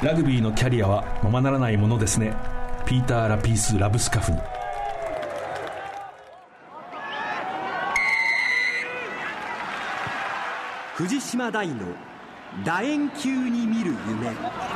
ラグビーのキャリアはままならないものですね。ピーター・ラピース・ラブスカフニ。 藤島大の楕円球に見る夢。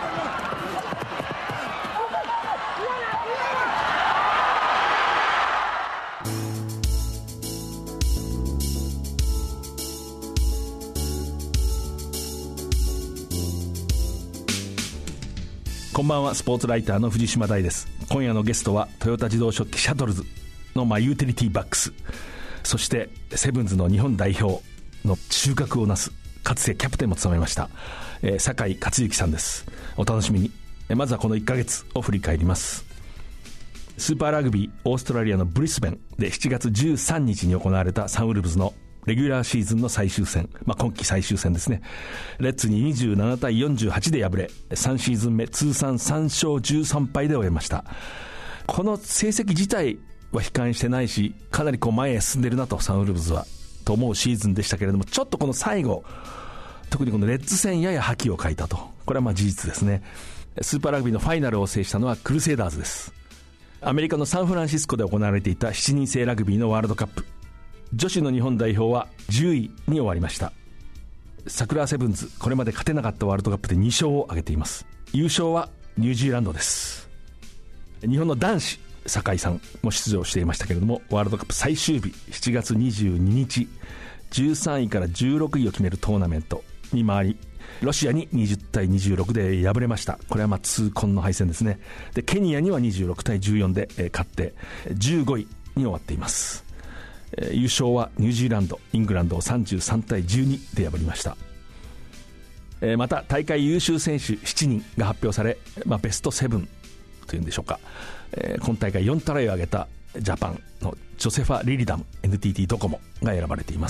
こんばんは、スポーツライターの藤島大です。今夜のゲストはトヨタ自動織機シャトルズのユーティリティバックス、そしてセブンズの日本代表の中核をなす、かつてキャプテンも務めました酒井克之さんです。お楽しみに。まずはこの1ヶ月を振り返ります。スーパーラグビーオーストラリアのブリスベンで7月13日に行われたサンウルブズのレギュラーシーズンの最終戦、今季最終戦ですね。レッツに27対48で敗れ、3シーズン目通算3勝13敗で終えました。この成績自体は悲観してないし、かなり前へ進んでるなと、サンウルブズはと思うシーズンでしたけれども、ちょっとこの最後、特にこのレッツ戦やや覇気を欠いたと。これは事実ですね。スーパーラグビーのファイナルを制したのはクルセイダーズです。アメリカのサンフランシスコで行われていた7人制ラグビーのワールドカップ、女子の日本代表は10位に終わりました。桜セブンズ、これまで勝てなかったワールドカップで2勝を挙げています。優勝はニュージーランドです。日本の男子、酒井さんも出場していましたけれども、ワールドカップ最終日7月22日13位から16位を決めるトーナメントに回り、ロシアに20対26で敗れました。これは痛恨の敗戦ですね。でケニアには26対14で勝って15位に終わっています。優勝はニュージーランド、イングランドを33対12で破りました。また大会優秀選手7人が発表され、ベスト7というんでしょうか、今大会4トライを挙げたジャパンのジョセファ・リリダム NTT ドコモが選ばれています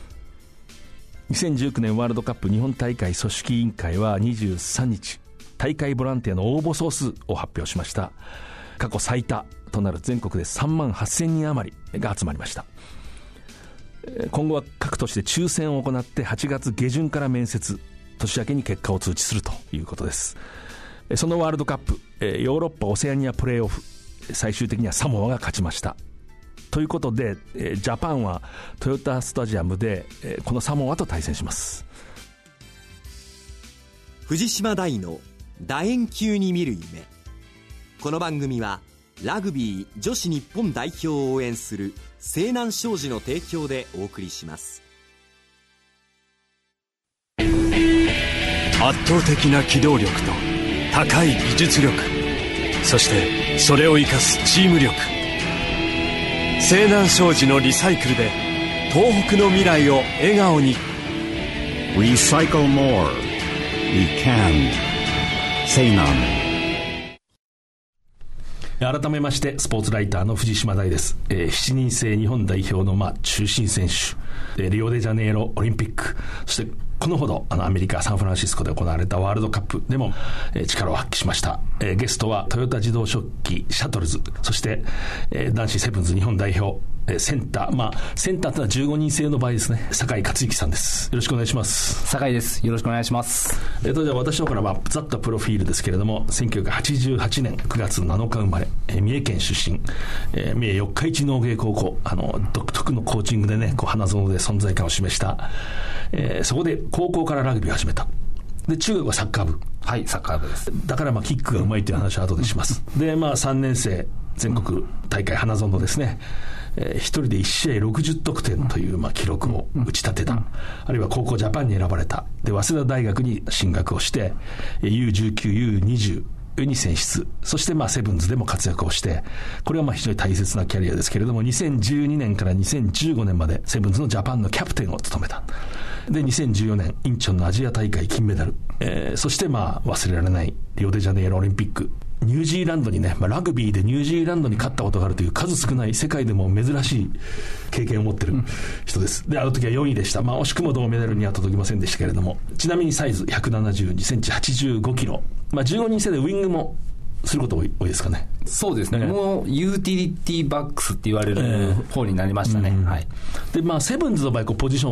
。2019年ワールドカップ日本大会組織委員会は23日、大会ボランティアの応募総数を発表しました。過去最多となる全国で3万8000人余りが集まりました。今後は各都市で抽選を行って8月下旬から面接、年明けに結果を通知するということです。そのワールドカップ、ヨーロッパオセアニアプレーオフ、最終的にはサモアが勝ちました。ということで、ジャパンはトヨタスタジアムでこのサモアと対戦します。 藤島大の楕円球に見る夢。この番組はラグビー女子日本代表を応援する西南商事の提供でお送りします。 圧倒的な機動力と高い技術力、そしてそれを生かすチーム力。西南商事のリサイクルで東北の未来を笑顔に。 Recycle more. We can. 西南。 改めましてスポーツライターの藤島大です。7人制日本代表の中心選手、リオデジャネイロオリンピック、そしてこのほどアメリカサンフランシスコで行われたワールドカップでも力を発揮しました。ゲストはトヨタ自動織機シャトルズ、そして男子セブンズ日本代表センター、センターというのは15人制の場合ですね、酒井克之さんです。よろしくお願いします。 酒井です。よろしくお願いします。 では私の方からざっとプロフィールですけれども、1988年9月7日生まれ、三重県出身、三重四日市農芸高校、独特のコーチングでね、花園で存在感を示した、そこで高校からラグビーを始めた。で中学はサッカー部。 はい、サッカー部です。 だからキックがうまいという話は後でします。で3年生全国大会花園ですね、一人で1試合60得点という記録を打ち立てた、あるいは高校ジャパンに選ばれた。で早稲田大学に進学をして U19、U20 に選出、そしてセブンズでも活躍をして、これは非常に大切なキャリアですけれども、2012年から2015年までセブンズのジャパンのキャプテンを務めた。で2014年インチョンのアジア大会金メダル、そして忘れられないリオデジャネイロオリンピック、ニュージーランドにね、ラグビーでニュージーランドに勝ったことがあるという数少ない世界でも珍しい経験を持っている人です。であの時は4位でした。惜しくも銅メダルには届きませんでしたけれども、ちなみにサイズ172センチ85キロ、15人制でウィングもすること多いですかね。 そうですね、もうユーティリティバックスって言われる方になりましたね、はい。 でセブンズの場合ポジションは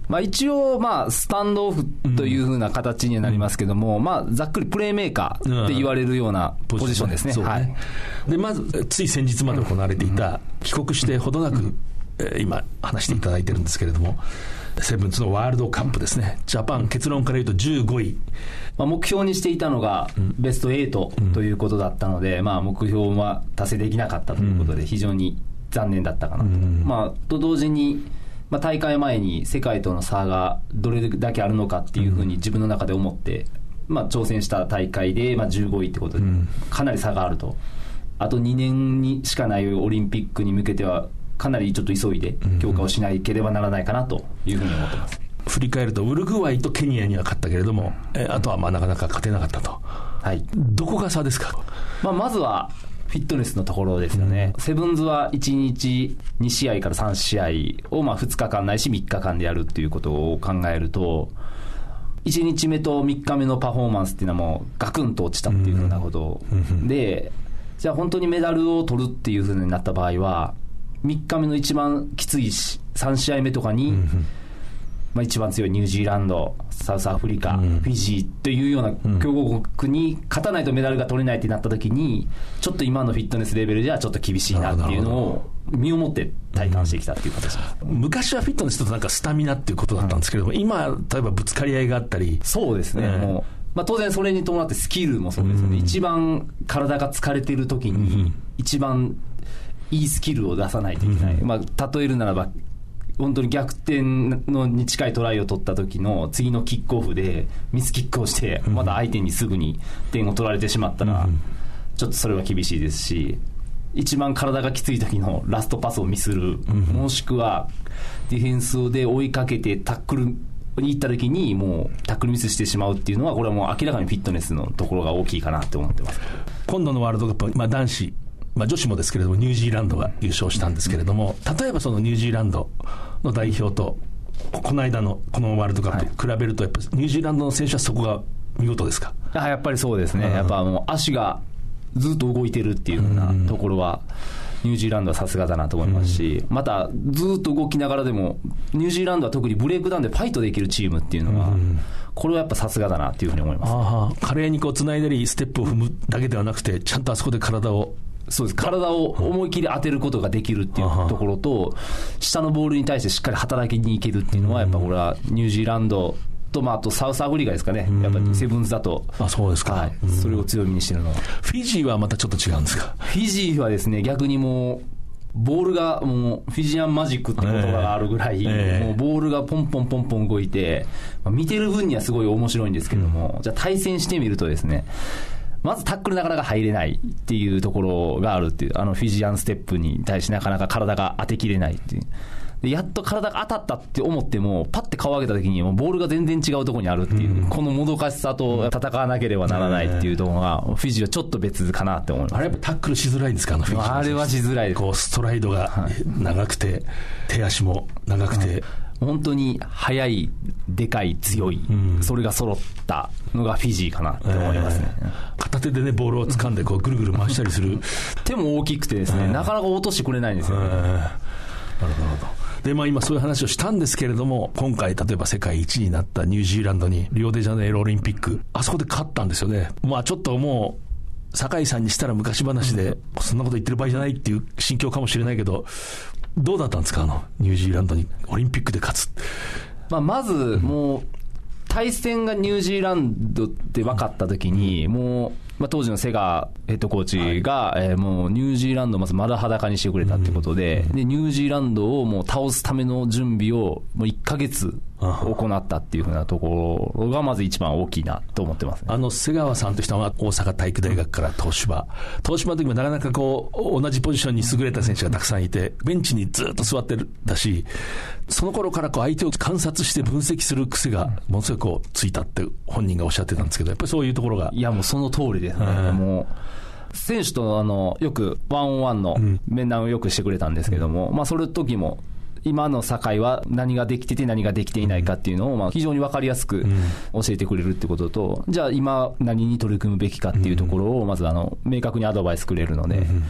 一応、スタンドオフという風な形にはなりますけども、ざっくりプレーメーカーって言われるようなポジションですね。はい。 で、まず、つい先日まで行われていた、帰国してほどなく、今話していただいてるんですけれども、セブンズのワールドカップですね。ジャパン、結論から言うと15位。 目標にしていたのがベスト8ということだったので、目標は達成できなかったということで、非常に残念だったかなと。と同時に、大会前に世界との差がどれだけあるのかっていうふうに自分の中で思って、挑戦した大会で15位ってことで、かなり差があると。あと2年にしかないオリンピックに向けては、かなりちょっと急いで強化をしなければならないかなというふうに思ってます。 振り返るとウルグアイとケニアには勝ったけれども、あとはなかなか勝てなかったと。 はい。 どこが差ですか？ まずはフィットネスのところですよね。セブンズは1日2試合から3試合を2日間ないし3日間でやるっていうことを考えると、1日目と3日目のパフォーマンスっていうのはもうガクンと落ちたっていうふうなことで、じゃあ本当にメダルを取るっていうふうになった場合は、3日目の一番きつい3試合目とかに、一番強いニュージーランド、サウスアフリカ、フィジーというような強豪国に勝たないとメダルが取れないってなった時に、ちょっと今のフィットネスレベルじゃちょっと厳しいなっていうのを身をもって体感してきたっていう形です。 昔はフィットネスとなんかスタミナっていうことだったんですけれども、今例えばぶつかり合いがあったり。 そうですね、もう当然それに伴ってスキルもそうですよね。一番体が疲れている時に一番いいスキルを出さないといけない。例えるならば本当に逆転に近いトライを取った時の次のキックオフでミスキックをしてまた相手にすぐに点を取られてしまったらちょっとそれは厳しいですし、一番体がきつい時のラストパスをミスる、もしくはディフェンスで追いかけてタックルに行った時にもうタックルミスしてしまうっていうのは、これはもう明らかにフィットネスのところが大きいかなと思ってます。 今度のワールドカップ、男子、女子もですけれどもニュージーランドが優勝したんですけれども、例えばそのニュージーランドの代表とこの間のこのワールドカップ比べると、やっぱりニュージーランドの選手はそこが見事ですか？ やっぱりそうですね。やっぱもう足がずっと動いてるっていうようなところはニュージーランドはさすがだなと思いますし、またずっと動きながらでもニュージーランドは特にブレイクダウンでファイトできるチームっていうのは、これはやっぱさすがだなっていうふうに思います。 華麗につないだりステップを踏むだけではなくて、ちゃんとあそこで体を、 そうです、体を思い切り当てることができるっていうところと、下のボールに対してしっかり働きにいけるっていうのは、やっぱこれはニュージーランドと、あとサウスアフリカですかね、やっぱりセブンズだと。 そうですか。 それを強みにしてるのは。 フィジーはまたちょっと違うんですか？ フィジーはですね、逆にもうボールがもうフィジアンマジックって言葉があるぐらい、もうボールがポンポンポンポン動いて、見てる分にはすごい面白いんですけども、じゃあ対戦してみるとですね、まずタックルなかなか入れないっていうところがあるっていう、フィジアンステップに対してなかなか体が当てきれないっていう。でやっと体が当たったって思っても、パッて顔を上げた時にもうボールが全然違うところにあるっていう、このもどかしさと戦わなければならないっていうところが、フィジーはちょっと別かなって思います。 あれやっぱタックルしづらいんですか？フィジー。 あれはしづらいです。 ストライドが長くて、手足も長くて、 本当に速い、でかい、強い、それが揃ったのがフィジーかなと思いますね。 片手でね、ボールを掴んでぐるぐる回したりする。 手も大きくてですね、なかなか落としてくれないんですよね。 なるほど。で今そういう話をしたんですけれども、今回例えば世界一になったニュージーランドにリオデジャネイロオリンピック、あそこで勝ったんですよね。ちょっともう酒井さんにしたら昔話で、そんなこと言ってる場合じゃないっていう心境かもしれないけど、どうだったんですか、ニュージーランドにオリンピックで勝つ。 まずもう対戦がニュージーランドって分かった時に、もう当時のセガヘッドコーチが、もうニュージーランドをまず丸裸にしてくれたってことで、でニュージーランドをもう倒すための準備をもう1ヶ月行ったっていうふうなところがまず一番大きいなと思ってますね。 瀬川さんとしては大阪体育大学から東芝の時もなかなか同じポジションに優れた選手がたくさんいて、ベンチにずっと座ってるだし、その頃から相手を観察して分析する癖がものすごくついたって本人がおっしゃってたんですけど、やっぱりそういうところが。 いやもうその通りですね。もう選手とよくワンオンワンの面談をよくしてくれたんですけども、それ時も今の境は何ができてて何ができていないかっていうのを非常に分かりやすく教えてくれるってことと、じゃあ今何に取り組むべきかっていうところをまず明確にアドバイスくれるので、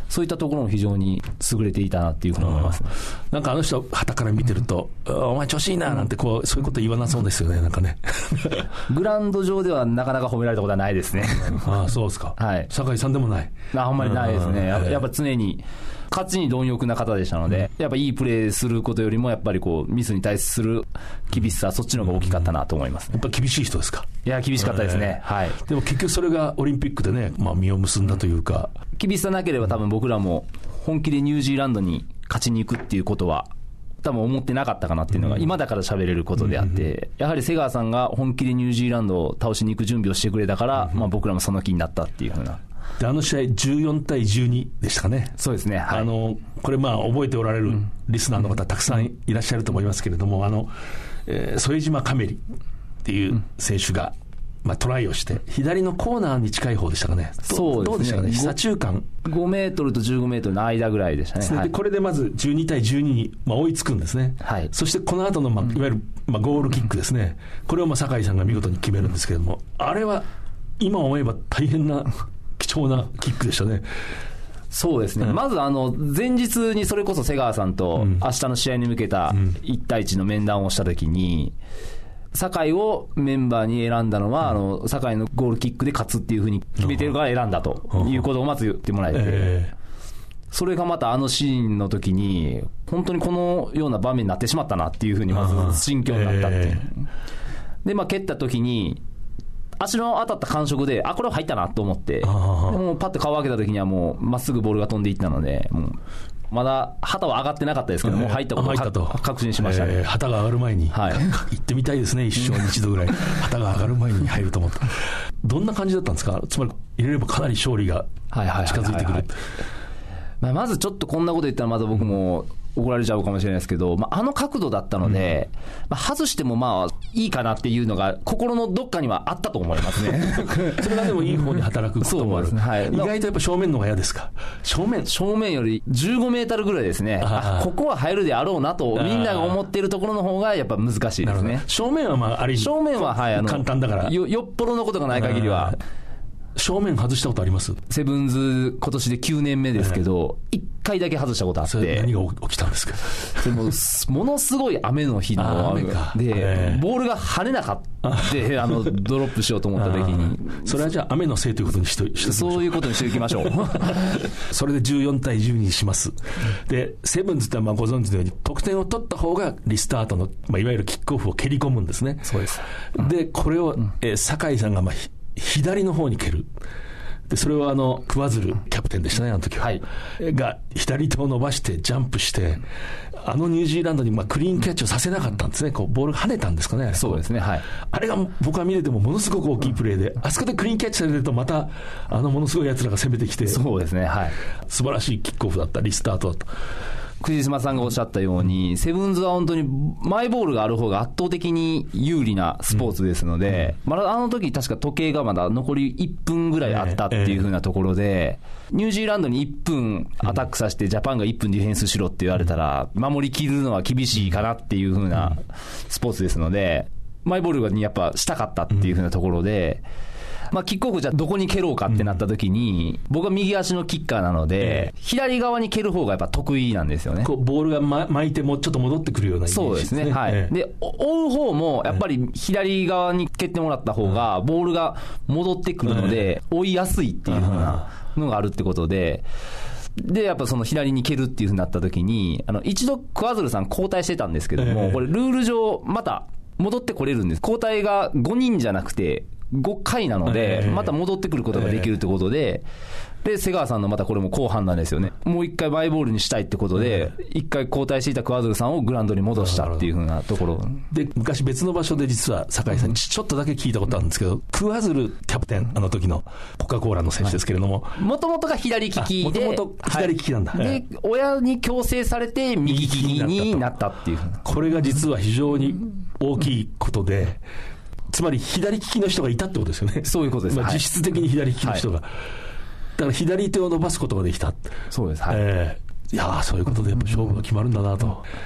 そういったところも非常に優れていたなっていうふうに思います、ね、 なんかあの人旗から見てると、お前調子いいななんてこうそういうこと言わなそうですよね、なんかねグラウンド上ではなかなか褒められたことはないですねああ、そうですか、 はい、 酒井さんでもない。 あんまりないですね。やっぱ常に勝ちに貪欲な方でしたので、やっぱいいプレーすることよりもやっぱりこうミスに対する厳しさ、そっちの方が大きかったなと思います、ね、 やっぱ厳しい人ですか。 いや厳しかったですね、はい、 でも結局それがオリンピックでね、まあ、実を結んだというか、 厳しさなければ多分僕らも本気でニュージーランドに勝ちに行くっていうことは多分思ってなかったかなっていうのが今だから喋れることであって、やはり瀬川さんが本気でニュージーランドを倒しに行く準備をしてくれたから、まあ、僕らもその気になったっていうふうな。 であの試合14対12でしたかね。 そうですね、はい、 これまあ覚えておられるリスナーの方たくさんいらっしゃると思いますけれども、副島カメリっていう選手が、まあ、トライをして左のコーナーに近い方でしたかね。 そうですね、 どうでしたかね、左中間 5メートルと15メートルの間ぐらいでしたね、はい、 でこれでまず12対12に、まあ、追いつくんですね、はい、そしてこの後の、まあ、いわゆる、まあ、ゴールキックですね、これをまあ酒井さんが見事に決めるんですけれども、あれは今思えば大変な貴重なキックでしたね。 そうですね、まず前日にそれこそ瀬川さんと明日の試合に向けた1対1の面談をしたときに、酒井をメンバーに選んだのは、酒井のゴールキックで勝つっていうふうに決めてるから選んだということをまず言ってもらえて、それがまたシーンの時に本当にこのような場面になってしまったなっていうふうにまず心境になったっていう、でまあ蹴った時に足の当たった感触で、これは入ったなと思って、でもパッと顔を開けた時にはもうまっすぐボールが飛んでいったので、もうまだ旗は上がってなかったですけども、入ったことを確信しましたね、 旗が上がる前に、はい、行ってみたいですね、一生に一度ぐらい旗が上がる前に入ると思った。どんな感じだったんですか。つまり入れればかなり勝利が近づいてくる。 まずちょっとこんなこと言ったらまた僕も怒られちゃうかもしれないですけど、角度だったので、外してもまあいいかなっていうのが心のどっかにはあったと思いますねそれがでもいい方に働くこともある。そうですね、はい、意外とやっぱ正面の方が嫌ですか。正面より15メートルぐらいですね。ここは入るであろうなとみんなが思っているところの方がやっぱ難しいですね。正面はまあある意味正面は、はい、簡単だからよっぽどのことがない限りは。 正面外したことあります？ セブンズ今年で9年目ですけど、1回だけ外したことあって。 それ何が起きたんですか？ でもものすごい雨の日の雨で、ボールが跳ねなかったドロップしようと思った時に、 それはじゃあ雨のせいということにしてそういうことにしていきましょうそれで14対12にします。でセブンズってまあご存知のように得点を取った方がリスタートの、いわゆるキックオフを蹴り込むんですね。 そうです、 でこれを、酒井さんが左の方に蹴る。でそれは桑鶴キャプテンでしたね、あの時は、はい、が左手を伸ばしてジャンプして、ニュージーランドにクリーンキャッチをさせなかったんですね。こうボールが跳ねたんですかね。 そうですね、はい、 あれが僕は見れてもものすごく大きいプレーで、あそこでクリーンキャッチされるとまたものすごい奴らが攻めてきて、 そうですね、はい、 素晴らしいキックオフだった、リスタートだった。 藤島さんがおっしゃったように、セブンズは本当にマイボールがある方が圧倒的に有利なスポーツですので、まだ時確か時計がまだ残り1分ぐらいあったっていう風なところで、ニュージーランドに1分アタックさせてジャパンが1分ディフェンスしろって言われたら、守りきるのは厳しいかなっていう風なスポーツですので、マイボールにやっぱしたかったっていう風なところで、キックオフじゃどこに蹴ろうかってなった時に、僕は右足のキッカーなので、左側に蹴る方がやっぱ得意なんですよね。 こうボールが巻いてもちょっと戻ってくるようなイメージですね。 そうですね、はい、で追う方もやっぱり左側に蹴ってもらった方がボールが戻ってくるので追いやすいっていう風なのがあるってことで、やっぱその左に蹴るっていう風になった時に、一度桑鶴さん交代してたんですけども、これルール上また戻ってこれるんです。交代が5人じゃなくて5回なので、また戻ってくることができるってことで、瀬川さんのまたこれも好判断ですよね。もう一回マイボールにしたいってことで、一回交代していた桑鶴さんをグラウンドに戻したっていう風なところで、昔別の場所で実は酒井さんにちょっとだけ聞いたことあるんですけど、桑鶴キャプテン、時のコカ・コーラの選手ですけれども、 もともとが左利きで、 もともと左利きなんだ、 で親に強制されて右利きになったっていう。 これが実は非常に大きいことで、つまり左利きの人がいたってことですよね。 そういうことです、 実質的に左利きの人が、だから左手を伸ばすことができた。 そうです、はい、 いやそういうことでやっぱ勝負が決まるんだなと。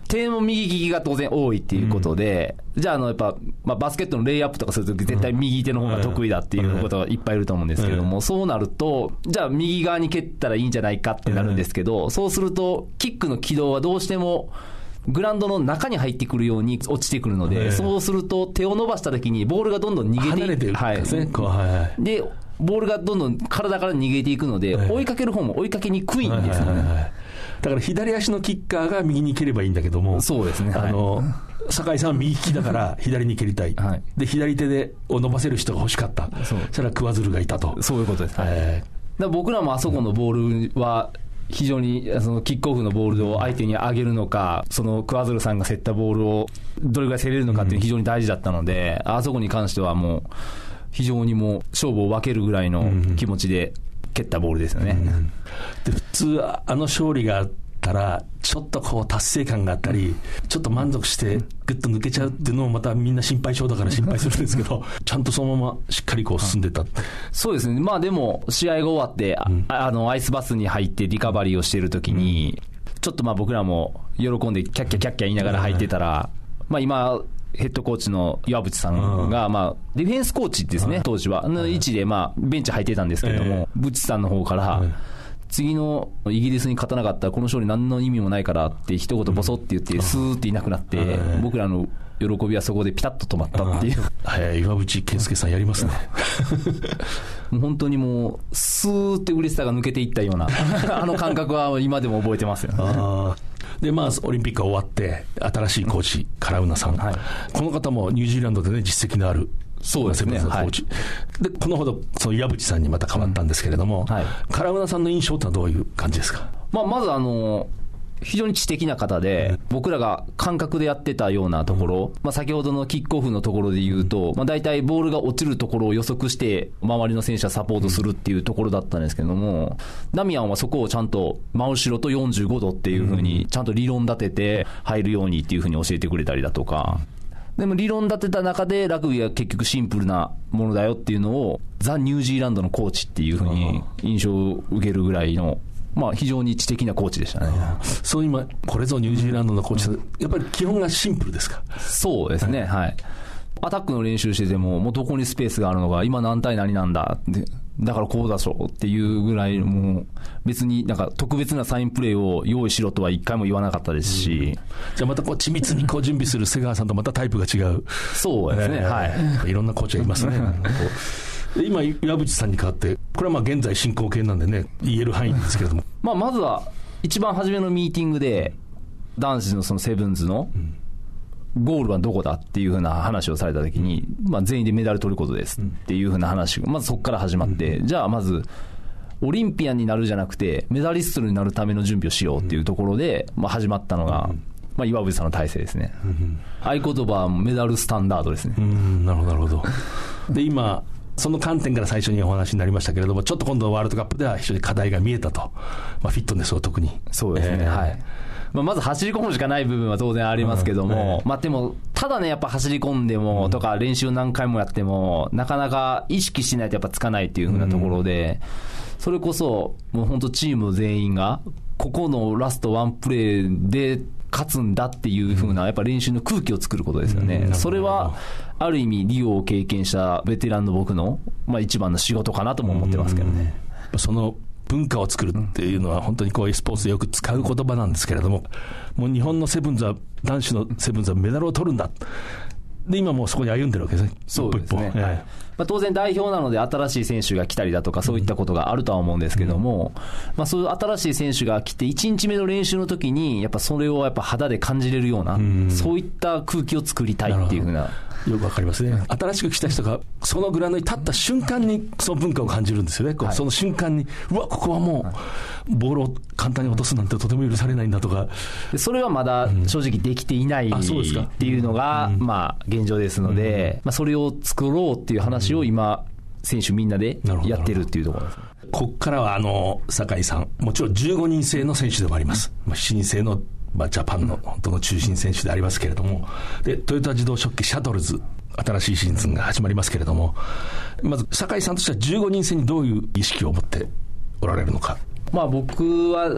手の右利きが当然多いっていうことで、じゃあやっぱ、バスケットのレイアップとかするとき絶対右手の方が得意だっていうことがいっぱいいると思うんですけれども、そうなると、じゃあ右側に蹴ったらいいんじゃないかってなるんですけど、そうするとキックの軌道はどうしてもグラウンドの中に入ってくるように落ちてくるので、そうすると手を伸ばしたときにボールがどんどん逃げて離れてるんですね。 でボールがどんどん体から逃げていくので、追いかける方も追いかけにくいんですよね。 だから左足のキッカーが右に蹴ればいいんだけども、 そうですね、 酒井さんは右利きだから左に蹴りたい、で左手でを伸ばせる人が欲しかった、そしたら桑鶴がいたと。 そういうことです、だから僕らもあそこのボールは非常にそのキックオフのボールを相手に上げるのか、その桑鶴さんが競ったボールをどれぐらい競れるのかっていうのが非常に大事だったので、あそこに関してはもう非常にもう勝負を分けるぐらいの気持ちで蹴ったボールですよね。 で普通勝利があったらちょっとこう達成感があったり、ちょっと満足してグッと抜けちゃうっていうのもまたみんな心配性だから心配するんですけどちゃんとそのまましっかりこう進んでた。 そうですね。でも試合が終わってアイスバスに入ってリカバリーをしているときに、ちょっと僕らも喜んでキャッキャキャッキャ言いながら入ってたら、今ヘッドコーチの岩渕さんが、ディフェンスコーチですね、当時はの位置でベンチ入ってたんですけども、渕さんの方から、次のイギリスに勝たなかったらこの勝利何の意味もないからって一言ボソって言ってスーっていなくなって、僕らの喜びはそこでピタッと止まったっていう。 岩渕健介さんやりますねもう本当にもうスーって嬉しさが抜けていったような感覚は今でも覚えてますよね。 でオリンピックが終わって新しいコーチ、唐ウナさん、この方もニュージーランドでね実績のあるそうですね、 コーチ、でこのほどその岩渕さんにまた変わったんですけれども、唐ウナさんの印象ってのはどういう感じですか。 まず非常に知的な方で、僕らが感覚でやってたようなところ、先ほどのキックオフのところで言うと、大体ボールが落ちるところを予測して周りの選手はサポートするっていうところだったんですけども、ダミアンはそこをちゃんと真後ろと45度っていう風にちゃんと理論立てて入るようにっていう風に教えてくれたりだとか、でも理論立てた中でラグビーは結局シンプルなものだよっていうのをザ・ニュージーランドのコーチっていう風に印象を受けるぐらいの非常に知的なコーチでしたね。 そう今これぞニュージーランドのコーチ、やっぱり基本がシンプルですか。 そうですね、アタックの練習してても、どこにスペースがあるのか、今何対何なんだって、だからこうだしょっていうぐらい、もう別に特別なサインプレーを用意しろとは一回も言わなかったですし、 じゃあまた緻密に準備する瀬川さんとまたタイプが違う。 そうですね、 いろんなコーチがいますね今岩渕さんに代わって、これは現在進行形なんでね言える範囲ですけれども、 まずは一番初めのミーティングで男子のそのセブンズのゴールはどこだっていう風な話をされたときに、全員でメダル取ることですっていう風な話がまずそこから始まって、じゃあまずオリンピアンになるじゃなくてメダリストになるための準備をしようっていうところで、始まったのが岩渕さんの体制ですね。合言葉はメダルスタンダードですね。 なるほどなるほど。で今その観点から最初にお話になりましたけれども、ちょっと今度のワールドカップでは非常に課題が見えたと、フィットネスを特に。 そうですね、まず走り込むしかない部分は当然ありますけども、でもただね、やっぱ走り込んでもとか練習何回もやってもなかなか意識しないとやっぱつかないっていう風なところで、それこそもう本当チーム全員がここのラストワンプレーで勝つんだっていう風なやっぱ練習の空気を作ることですよね。それはある意味リオを経験したベテランの僕の一番の仕事かなとも思ってますけどね。 その文化を作るっていうのは本当にこういうスポーツでよく使う言葉なんですけれども、もう日本のセブンズは、男子のセブンズはメダルを取るんだで、今もうそこに歩んでるわけですね。 そうですね、当然代表なので新しい選手が来たりだとかそういったことがあるとは思うんですけども、そういう新しい選手が来て1日目の練習の時にやっぱそれをやっぱ肌で感じれるような、そういった空気を作りたいっていうふうな。 よくわかりますね。新しく来た人がそのグラウンドに立った瞬間にその文化を感じるんですよね。その瞬間にここはもうボールを簡単に落とすなんてとても許されないんだとか、 それはまだ正直できていないっていうのが現状ですので、それを作ろうっていう話を今選手みんなでやってるっていうところです。 ここからは酒井さん、もちろん15人制の選手でもあります。7人制のジャパンの本当の中心選手でありますけれども、でトヨタ自動食器シャトルズ、新しいシーズンが始まりますけれども、まず酒井さんとしては15人制にどういう意識を持っておられるのか。 僕は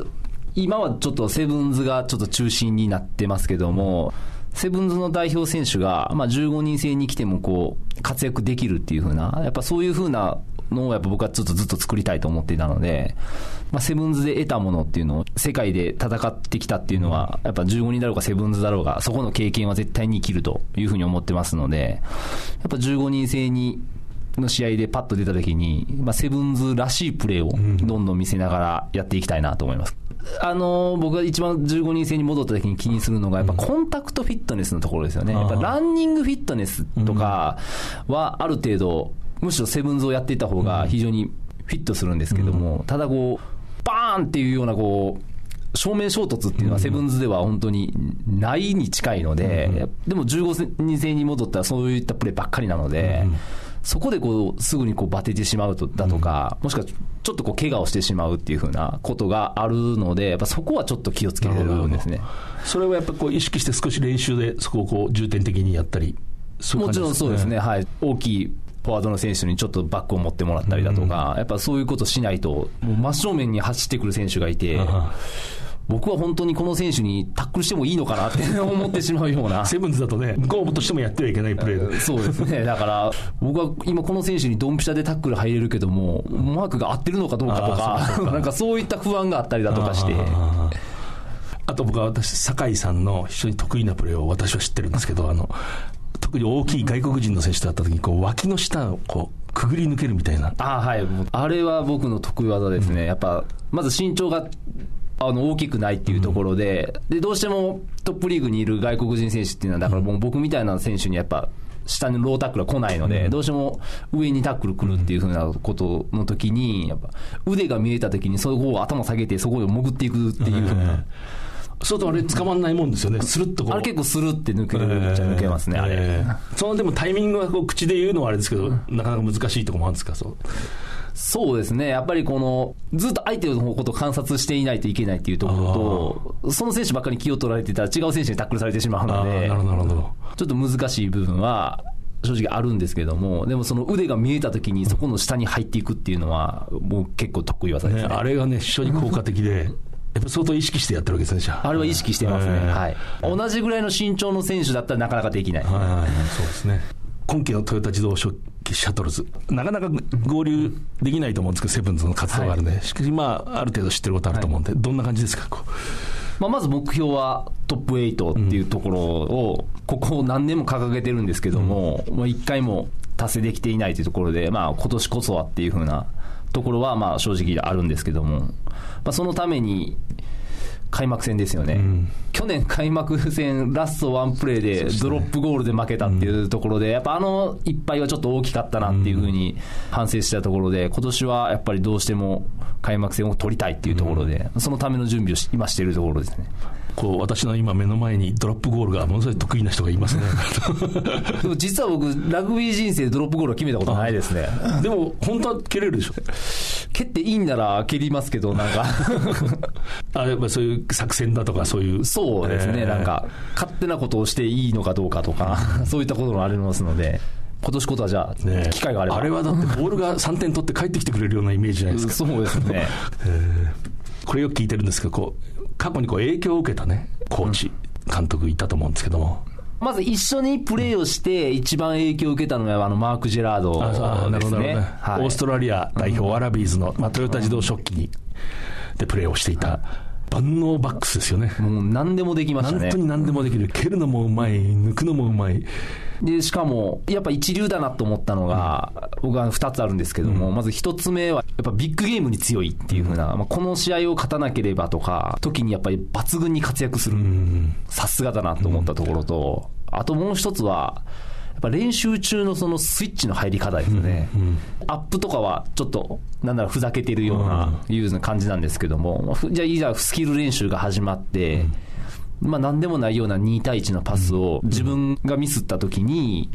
今はちょっとセブンズがちょっと中心になってますけども、セブンズの代表選手が、15人制に来てもこう活躍できるっていう風な、やっぱそういう風なのをやっぱ僕はちょっとずっと作りたいと思っていたので、セブンズで得たものっていうのを世界で戦ってきたっていうのは、やっぱ15人だろうがセブンズだろうが、そこの経験は絶対に生きるという風に思ってますので、やっぱ15人制の試合でパッと出た時に、セブンズらしいプレーをどんどん見せながらやっていきたいなと思います。僕が一番15人制に戻った時に気にするのがやっぱコンタクトフィットネスのところですよね。やっぱランニングフィットネスとかはある程度むしろセブンズをやっていた方が非常にフィットするんですけども、ただこうバーンっていうようなこう正面衝突っていうのはセブンズでは本当にないに近いので、でも15人制に戻ったらそういったプレーばっかりなので、そこでこうすぐにこうバテてしまうだとか、もしくはちょっとこう怪我をしてしまうっていう風なことがあるので、やっぱそこはちょっと気をつけてる部分ですね。 それはやっぱこう意識して少し練習でそこをこう重点的にやったり、そういう感じですね。 もちろんそうですね、はい、大きいフォワードの選手にちょっとバックを持ってもらったりだとか、やっぱそういうことしないと、もう真正面に走ってくる選手がいて、僕は本当にこの選手にタックルしてもいいのかなって思ってしまうようなセブンズだとね、ゴールとしてもやってはいけないプレーそうですね。だから僕は今この選手にドンピシャでタックル入れるけども、マークが合ってるのかどうかとか、なんかそういった不安があったりだとかして、 あと僕は酒井さんの非常に得意なプレーを私は知ってるんですけど、特に大きい外国人の選手と会った時にこう脇の下をこうくぐり抜けるみたいな、 はい、あれは僕の得意技ですね。やっぱまず身長が大きくないっていうところで、どうしてもトップリーグにいる外国人選手っていうのは、だからもう僕みたいな選手にやっぱ下にロータックルは来ないので、どうしても上にタックル来るっていう風なことの時に、やっぱ腕が見えた時にそこを頭下げてそこを潜っていくっていう、 そうとあれ捕まんないもんですよね。スルッとこう、 あれ結構スルッて抜けるっちゃ抜けますね、あれ。 そのでもタイミングがこう口で言うのはあれですけど、なかなか難しいところもあるんですか。 そうですね。やっぱりこのずっと相手のことを観察していないといけないっていうところと、その選手ばっかり気を取られていたら違う選手にタックルされてしまうので、なるほど。ちょっと難しい部分は正直あるんですけども、でもその腕が見えたときにそこの下に入っていくっていうのはもう結構得意技ですね。 あれがね非常に効果的でやっぱ相当意識してやってるわけですね。じゃああれは意識してますね、はい、同じぐらいの身長の選手だったらなかなかできない、 そうですね。今期のトヨタ自動車シャトルズなかなか合流できないと思うんですけど、セブンズの活動があるので、しかしある程度知ってることあると思うんで、どんな感じですか。 まず目標はトップ8っていうところをここ何年も掲げてるんですけども、もう1回も達成できていないというところで、今年こそはっていう風なところは正直あるんですけども、そのために開幕戦ですよね、去年開幕戦ラストワンプレーでドロップゴールで負けたっていうところで、やっぱ一敗はちょっと大きかったなっていうふうに反省したところで、今年はやっぱりどうしても開幕戦を取りたいっていうところで、そのための準備を今しているところですね。 私の今目の前にドロップゴールがものすごい得意な人がいますねでも実は僕ラグビー人生でドロップゴールは決めたことないですね。 でも本当は蹴れるでしょ。 蹴っていいんなら蹴りますけど、なんかやっぱそういう作戦だとかそういうそうですね、なんか勝手なことをしていいのかどうかとかそういったこともありますので、今年ことはじゃあ、機会があれば、 あれはだってボールが3点取って帰ってきてくれるようなイメージじゃないですかそうですねこれよく聞いてるんですけど、過去に影響を受けたねコーチ、監督いたと思うんですけども、 まず一緒にプレーをして一番影響を受けたのはマーク・ジェラードですね。 オーストラリア代表、ワラビーズの、トヨタ自動食器でプレーをしていた、万能バックスですよね。 もう何でもできましたね。 本当に何でもできる。蹴るのもうまい、抜くのもうまい。 でしかもやっぱ一流だなと思ったのが、僕は2つあるんですけども、まず1つ目はやっぱビッグゲームに強いっていう風な、この試合を勝たなければとか時にやっぱり抜群に活躍する、さすがだなと思ったところと、あともう一つはやっぱ練習中のそのスイッチの入り方ですよね、アップとかはちょっとなんだろうふざけてるようないう感じなんですけども、じゃあいざスキル練習が始まって、何でもないような2対1のパスを自分がミスった時に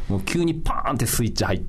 もう急にパーンってスイッチ入って、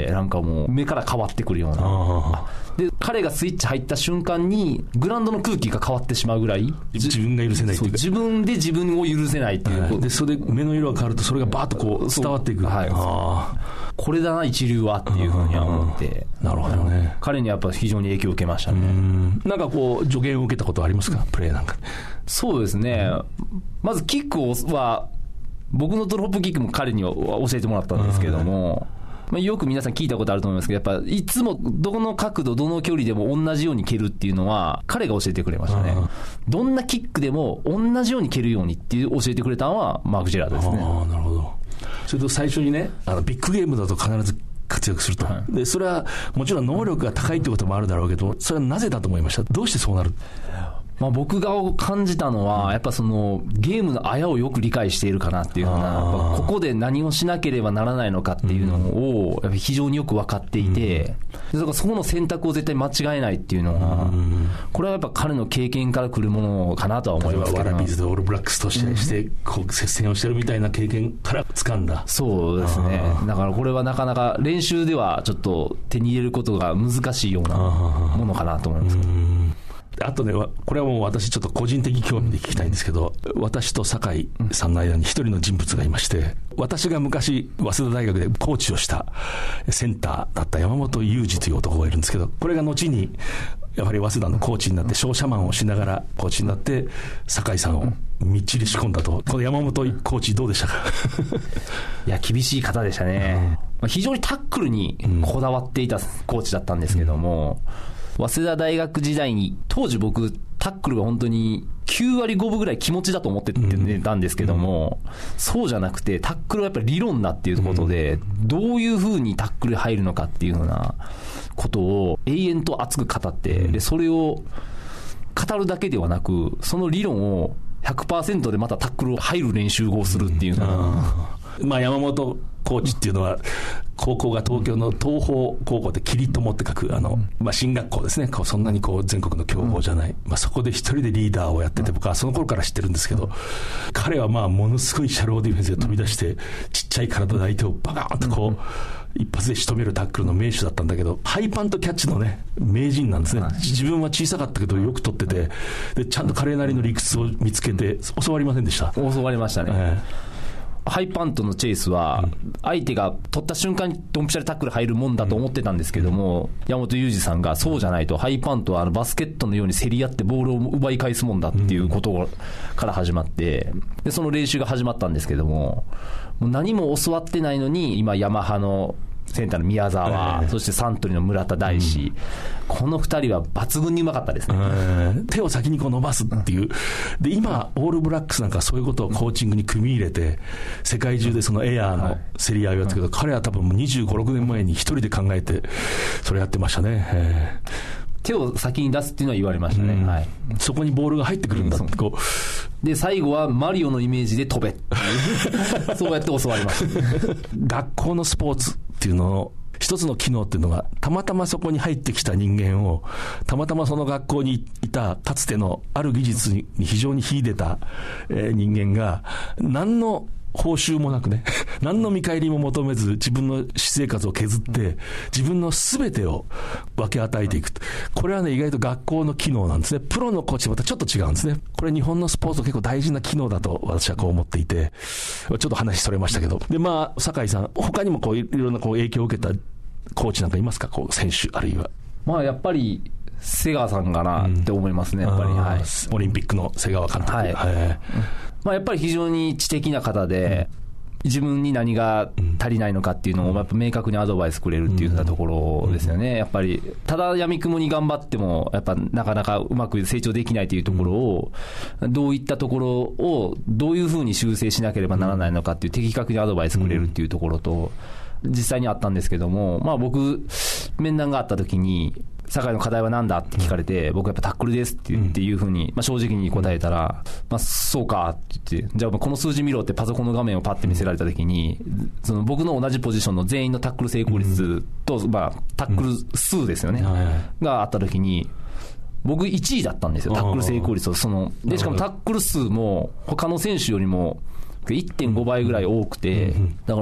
なんかもう目から変わってくるような。で彼がスイッチ入った瞬間にグラウンドの空気が変わってしまうぐらい、 自分が許せないっていうか、 自分で自分を許せないっていう、 でそれで目の色が変わるとそれがバーッとこう伝わっていく、 これだな一流はっていうふうには思って、 なるほどね。 彼にやっぱ非常に影響を受けましたね。 なんかこう助言を受けたことはありますか、プレーなんか。 そうですね、まずキックは僕のドロップキックも彼には教えてもらったんですけども、よく皆さん聞いたことあると思いますけど、やっぱいつもどの角度どの距離でも同じように蹴るっていうのは彼が教えてくれましたね。どんなキックでも同じように蹴るようにっていう教えてくれたのはマーク・ジェラードですね。 なるほど。それと最初にね、ビッグゲームだと必ず活躍すると、でそれはもちろん能力が高いってこともあるだろうけど、それはなぜだと思いました？どうしてそうなる？ 僕が感じたのは、やっぱそのゲームのあやをよく理解しているかなっていうような、ここで何をしなければならないのかっていうのをやっぱり非常によく分かっていて、だからそこの選択を絶対間違えないっていうのは、これはやっぱ彼の経験から来るものかなとは思いますけど、 ワラビーズでオールブラックスとしてこう接戦をしてるみたいな経験から掴んだ。 そうですね。だからこれはなかなか練習ではちょっと手に入れることが難しいようなものかなと思います。 あとね、これはもう私ちょっと個人的興味で聞きたいんですけど、私と酒井さんの間に一人の人物がいまして、私が昔早稲田大学でコーチをしたセンターだった山本裕二という男がいるんですけど、これが後にやはり早稲田のコーチになって商社マンをしながらコーチになって酒井さんをみっちり仕込んだと。この山本コーチどうでしたか？ いや厳しい方でしたね。非常にタックルにこだわっていたコーチだったんですけども、早稲田大学時代に当時僕タックルは本当に9割5分ぐらい気持ちだと思ってたんですけども、そうじゃなくてタックルはやっぱり理論だっていうことで、どういう風にタックル入るのかっていうようなことを永遠と熱く語って、でそれを語るだけではなく、その理論を 100% でまたタックルを入る練習をするっていうのは、 山本コーチっていうのは高校が東京の東邦高校でキリッともって書く進学校ですね。そんなに全国の強豪じゃない、そこで一人でリーダーをやってて、僕はその頃から知ってるんですけど、彼はものすごいシャローディフェンスで飛び出してちっちゃい体で相手をバカーンと一発で仕留めるタックルの名手だったんだけど、ハイパントキャッチのね名人なんですね。自分は小さかったけどよく取ってて、でちゃんと彼なりの理屈を見つけて、教わりませんでした？ 教わりましたね。ハイパントのチェイスは相手が取った瞬間にドンピシャでタックル入るもんだと思ってたんですけども、山本裕二さんがそうじゃないと、ハイパントはバスケットのように競り合ってボールを奪い返すもんだっていうことから始まって、でその練習が始まったんですけども、もう何も教わってないのに今ヤマハのセンターの宮沢、そしてサントリーの村田大志、この2人は抜群にうまかったですね。 手を先に伸ばすっていう。で今オールブラックスなんかそういうことをコーチングに組み入れて、世界中でそのエアーの競り合いをやったけど、彼は多分25、6年前に一人で考えてそれやってましたね。 手を先に出すっていうのは言われましたね。 そこにボールが入ってくるんだってで最後はマリオのイメージで飛べそうやって教わりました学校のスポーツっていうのの一つの機能っていうのが、たまたまそこに入ってきた人間を、たまたまその学校にいたかつてのある技術に非常に秀でた人間が、何の報酬もなくね、何の見返りも求めず自分の私生活を削って自分の全てを分け与えていく。これはね、意外と学校の機能なんですね。プロのコーチとまたちょっと違うんですね。これ日本のスポーツの結構大事な機能だと私は思っていて、ちょっと話それましたけど、で酒井さん、他にもいろんな影響を受けたコーチなんかいますか？選手あるいは。 やっぱり瀬川さんかなって思いますね。やっぱり、 オリンピックの瀬川監督。 やっぱり非常に知的な方で、自分に何が足りないのかっていうのをやっぱ明確にアドバイスくれるっていうようなところですよね。やっぱりただ闇雲に頑張ってもやっぱなかなかうまく成長できないというところを、どういったところをどういうふうに修正しなければならないのかっていう的確にアドバイスくれるっていうところと、実際にあったんですけども、僕面談があった時に酒井の課題は何だって聞かれて、僕はやっぱタックルですっていうふうに、正直に答えたら、そうかって言って、じゃあこの数字見ろってパソコンの画面をパッて見せられたときに、その僕の同じポジションの全員のタックル成功率と、タックル数ですよね、があったときに、僕1位だったんですよ、タックル成功率を。でしかもタックル数も他の選手よりも 1.5 倍ぐらい多くて、だから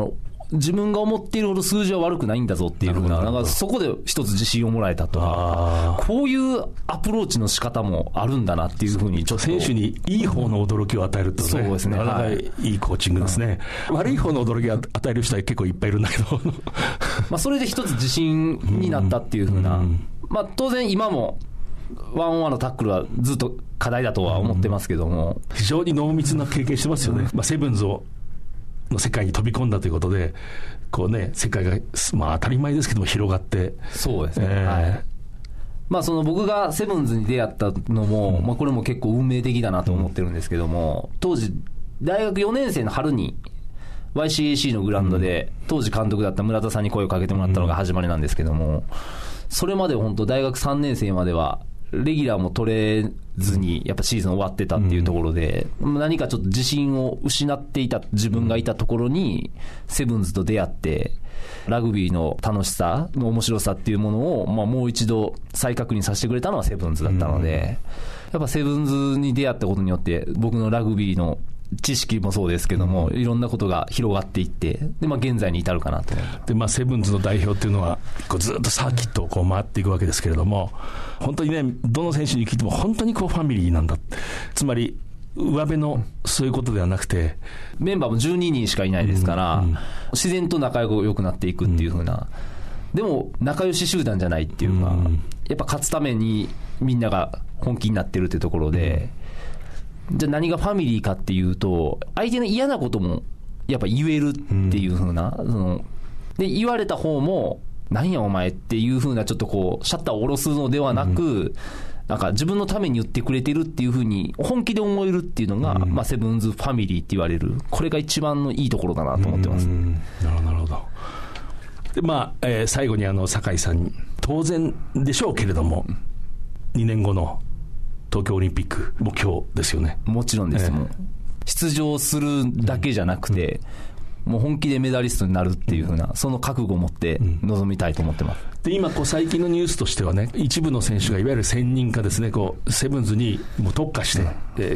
自分が思っているほど数字は悪くないんだぞっていう風な、なんかそこで一つ自信をもらえたとか、こういうアプローチの仕方もあるんだなっていう風にちょっと選手にいい方の驚きを与えるってことね。 そうですね。 なかなかいいコーチングですね。悪い方の驚きを与える人は結構いっぱいいるんだけどまあそれで一つ自信になったっていう風な、まあ当然今もワンオンワンのタックルはずっと課題だとは思ってますけども、 非常に濃密な経験してますよね。まあセブンズの世界に飛び込んだということで、こうね、世界が、まあ当たり前ですけども広がって。 そうですね。はい。まあその僕がセブンズに出会ったのも、まあこれも結構運命的だなと思ってるんですけども、当時、大学4年生の春に、YCAC のグラウンドで、当時監督だった村田さんに声をかけてもらったのが始まりなんですけども、それまで本当大学3年生までは、レギュラーも取れずに、やっぱシーズン終わってたっていうところで、何かちょっと自信を失っていた自分がいたところに、セブンズと出会って、ラグビーの楽しさの面白さっていうものを、まあもう一度再確認させてくれたのはセブンズだったので、やっぱセブンズに出会ったことによって、僕のラグビーの知識もそうですけども、いろんなことが広がっていって、で、まあ現在に至るかなと。 で、まあセブンズの代表っていうのは、こうずっとサーキットをこう回っていくわけですけれども、本当にね、どの選手に聞いても本当にこうファミリーなんだ。つまり、上辺のそういうことではなくて、 メンバーも12人しかいないですから、自然と仲良くなっていくっていう風な、でも仲良し集団じゃないっていうか、やっぱ勝つためにみんなが本気になってるっていうところで、じゃあ何がファミリーかっていうと、相手の嫌なこともやっぱ言えるっていう風な、で言われた方も何やお前っていう風な、ちょっとこうシャッターを下ろすのではなく、なんか自分のために言ってくれてるっていう風に本気で思えるっていうのが、まあセブンズファミリーって言われる、これが一番のいいところだなと思ってます。 なるほど。で、まあ最後に酒井さんに、当然でしょうけれども、2年後の東京オリンピック目標ですよね。 もちろんです、もう出場するだけじゃなくて、もう本気でメダリストになるっていう風な、その覚悟を持って臨みたいと思ってます。 で、今こう最近のニュースとしてはね、一部の選手がいわゆる専任化ですね、こうセブンズにもう特化して、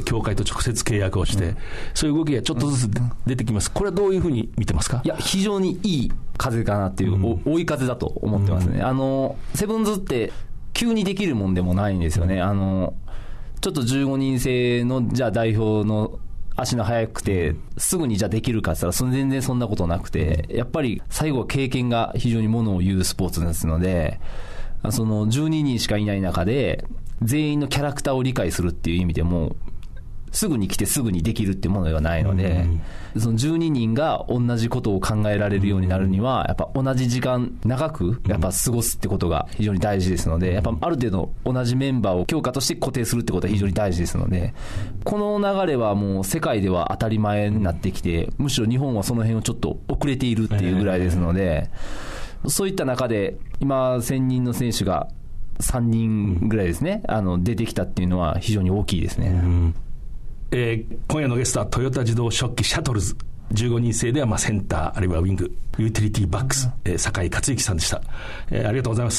協会と直接契約をして、そういう動きがちょっとずつ出てきます。これはどういうふうに見てますか？ いや、非常にいい風かなっていう、追い風だと思ってますね。セブンズって急にできるもんでもないんですよね。ちょっと15人制のじゃあ代表の足の速くてすぐにじゃあできるかって言ったら全然そんなことなくて、やっぱり最後は経験が非常にものを言うスポーツですので、その12人しかいない中で全員のキャラクターを理解するっていう意味でも、すぐに来てすぐにできるっていうものではないので、その12人が同じことを考えられるようになるには、やっぱ同じ時間長くやっぱ過ごすってことが非常に大事ですので、やっぱある程度同じメンバーを強化として固定するってことは非常に大事ですので、この流れはもう世界では当たり前になってきて、むしろ日本はその辺をちょっと遅れているっていうぐらいですので、そういった中で今1000人の選手が3人ぐらいですね、出てきたっていうのは非常に大きいですね。 今夜のゲストはトヨタ自動食器シャトルズ、15人制ではまあセンターあるいはウィング、ユーティリティバックス、酒井克之さんでした。ありがとうございます。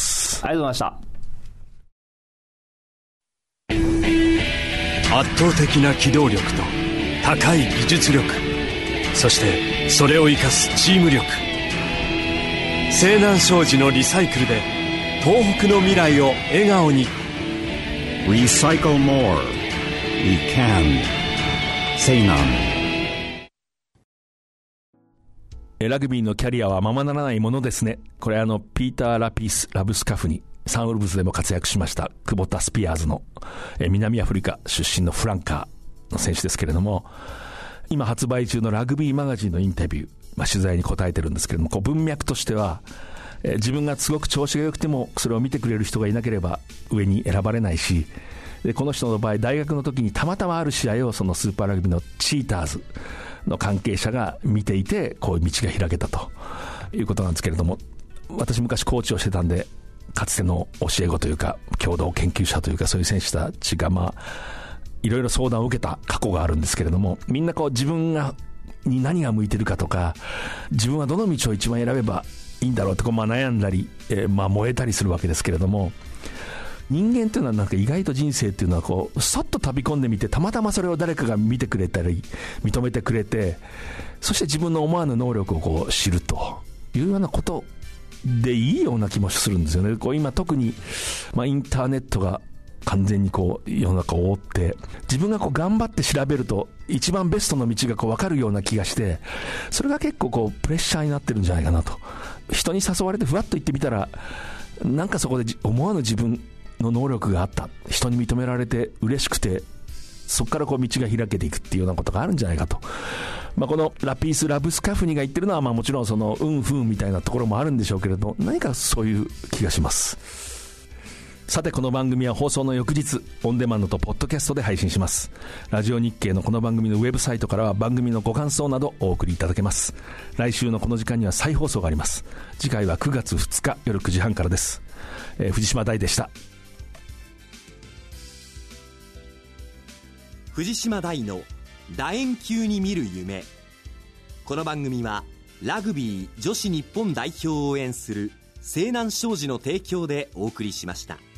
ありがとうございました。圧倒的な機動力と高い技術力、そしてそれを生かすチーム力。西南商事のリサイクルで東北の未来を笑顔に。 Recycle more. We can. 西南。 ラグビーのキャリアはままならないものですね。これピーター・ラピス・ラブスカフにサンウルブズでも活躍しました久保田スピアーズの、南アフリカ出身のフランカーの選手ですけれども、今発売中のラグビーマガジンのインタビュー、取材に答えてるんですけれども、こう文脈としては、自分がすごく調子が良くてもそれを見てくれる人がいなければ上に選ばれないし、でこの人の場合大学の時にたまたまある試合をそのスーパーラグビーのチーターズの関係者が見ていて、こういう道が開けたということなんですけれども、私昔コーチをしてたんで、かつての教え子というか共同研究者というか、そういう選手たちがいろいろ相談を受けた過去があるんですけれども、みんなこう自分に何が向いてるかとか、自分はどの道を一番選べばいいんだろうって悩んだり、燃えたりするわけですけれども、 人間っていうのはなんか意外と人生っていうのはこうそっと飛び込んでみて、たまたまそれを誰かが見てくれたり認めてくれて、そして自分の思わぬ能力をこう知るというようなことでいいような気もするんですよね。こう今特に、インターネットが完全にこう世の中を覆って、自分がこう頑張って調べると一番ベストの道がこう分かるような気がして、それが結構こうプレッシャーになってるんじゃないかなと。人に誘われてふわっと行ってみたら、なんかそこで思わぬ自分の能力があった、人に認められて嬉しくて、そこからこう道が開けていくっていうようなことがあるんじゃないかと。このラピース・ラブスカフニが言ってるのは、もちろんその運不運みたいなところもあるんでしょうけれど、何かそういう気がします。さて、この番組は放送の翌日オンデマンドとポッドキャストで配信します。ラジオ日経のこの番組のウェブサイトからは番組のご感想などお送りいただけます。来週のこの時間には再放送があります。次回は9月2日夜9時半からです。藤島大でした。 藤島大の楕円球に見る夢。この番組はラグビー女子日本代表を応援する西南商事の提供でお送りしました。